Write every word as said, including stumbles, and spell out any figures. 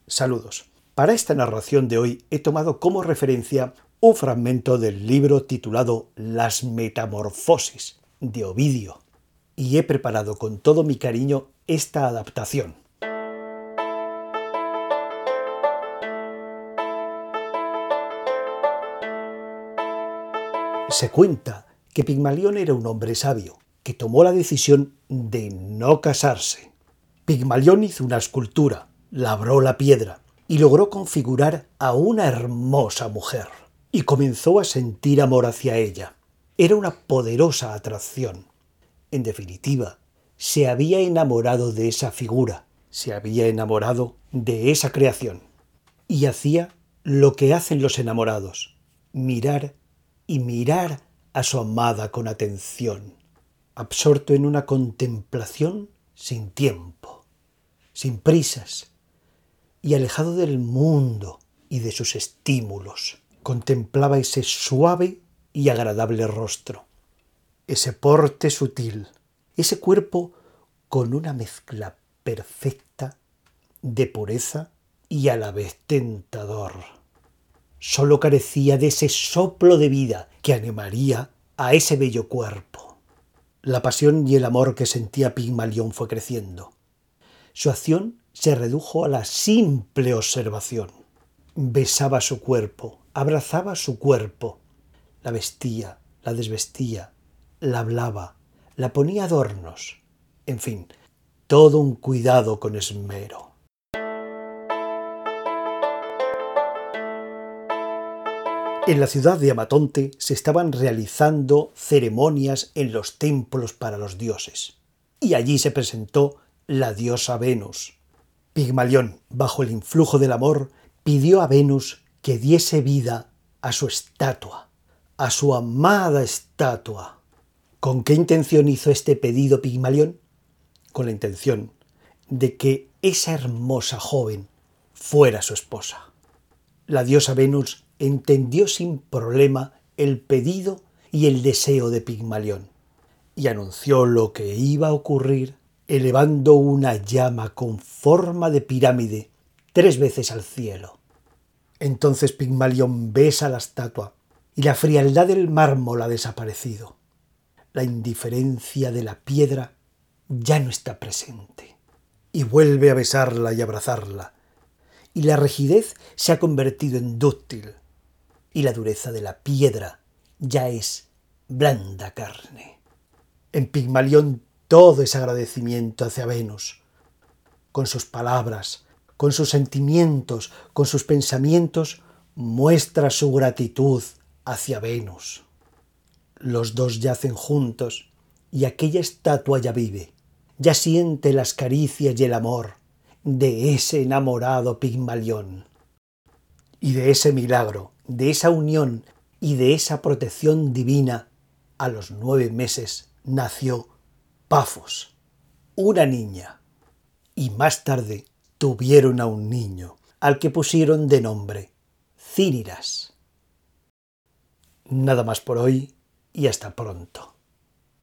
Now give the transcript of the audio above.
Saludos. Para esta narración de hoy he tomado como referencia un fragmento del libro titulado Las Metamorfosis de Ovidio y he preparado con todo mi cariño esta adaptación. Se cuenta que Pigmalión era un hombre sabio que tomó la decisión de no casarse. Pigmalión hizo una escultura, labró la piedra y logró configurar a una hermosa mujer. Y comenzó a sentir amor hacia ella. Era una poderosa atracción. En definitiva, se había enamorado de esa figura, se había enamorado de esa creación. Y hacía lo que hacen los enamorados, mirar y mirar a su amada con atención, absorto en una contemplación sin tiempo, sin prisas, y alejado del mundo y de sus estímulos. Contemplaba ese suave y agradable rostro, ese porte sutil, ese cuerpo con una mezcla perfecta de pureza y a la vez tentador. Solo carecía de ese soplo de vida que animaría a ese bello cuerpo. La pasión y el amor que sentía Pigmalión fue creciendo. Su acción se redujo a la simple observación. Besaba su cuerpo, abrazaba su cuerpo, la vestía, la desvestía, la hablaba, la ponía adornos, en fin, todo un cuidado con esmero. En la ciudad de Amatonte se estaban realizando ceremonias en los templos para los dioses, y allí se presentó la diosa Venus. Pigmalión, bajo el influjo del amor, pidió a Venus que diese vida a su estatua, a su amada estatua. ¿Con qué intención hizo este pedido Pigmalión? Con la intención de que esa hermosa joven fuera su esposa. La diosa Venus entendió sin problema el pedido y el deseo de Pigmalión y anunció lo que iba a ocurrir elevando una llama con forma de pirámide tres veces al cielo. Entonces Pigmalión besa la estatua y la frialdad del mármol ha desaparecido. La indiferencia de la piedra ya no está presente. Y vuelve a besarla y abrazarla. Y la rigidez se ha convertido en dúctil. Y la dureza de la piedra ya es blanda carne. En Pigmalión todo es agradecimiento hacia Venus. Con sus palabras, con sus sentimientos, con sus pensamientos, muestra su gratitud hacia Venus. Los dos yacen juntos y aquella estatua ya vive, ya siente las caricias y el amor de ese enamorado Pigmalión. Y de ese milagro, de esa unión y de esa protección divina, a los nueve meses nació Pafos, una niña, y más tarde tuvieron a un niño, al que pusieron de nombre Cíniras. Nada más por hoy y hasta pronto.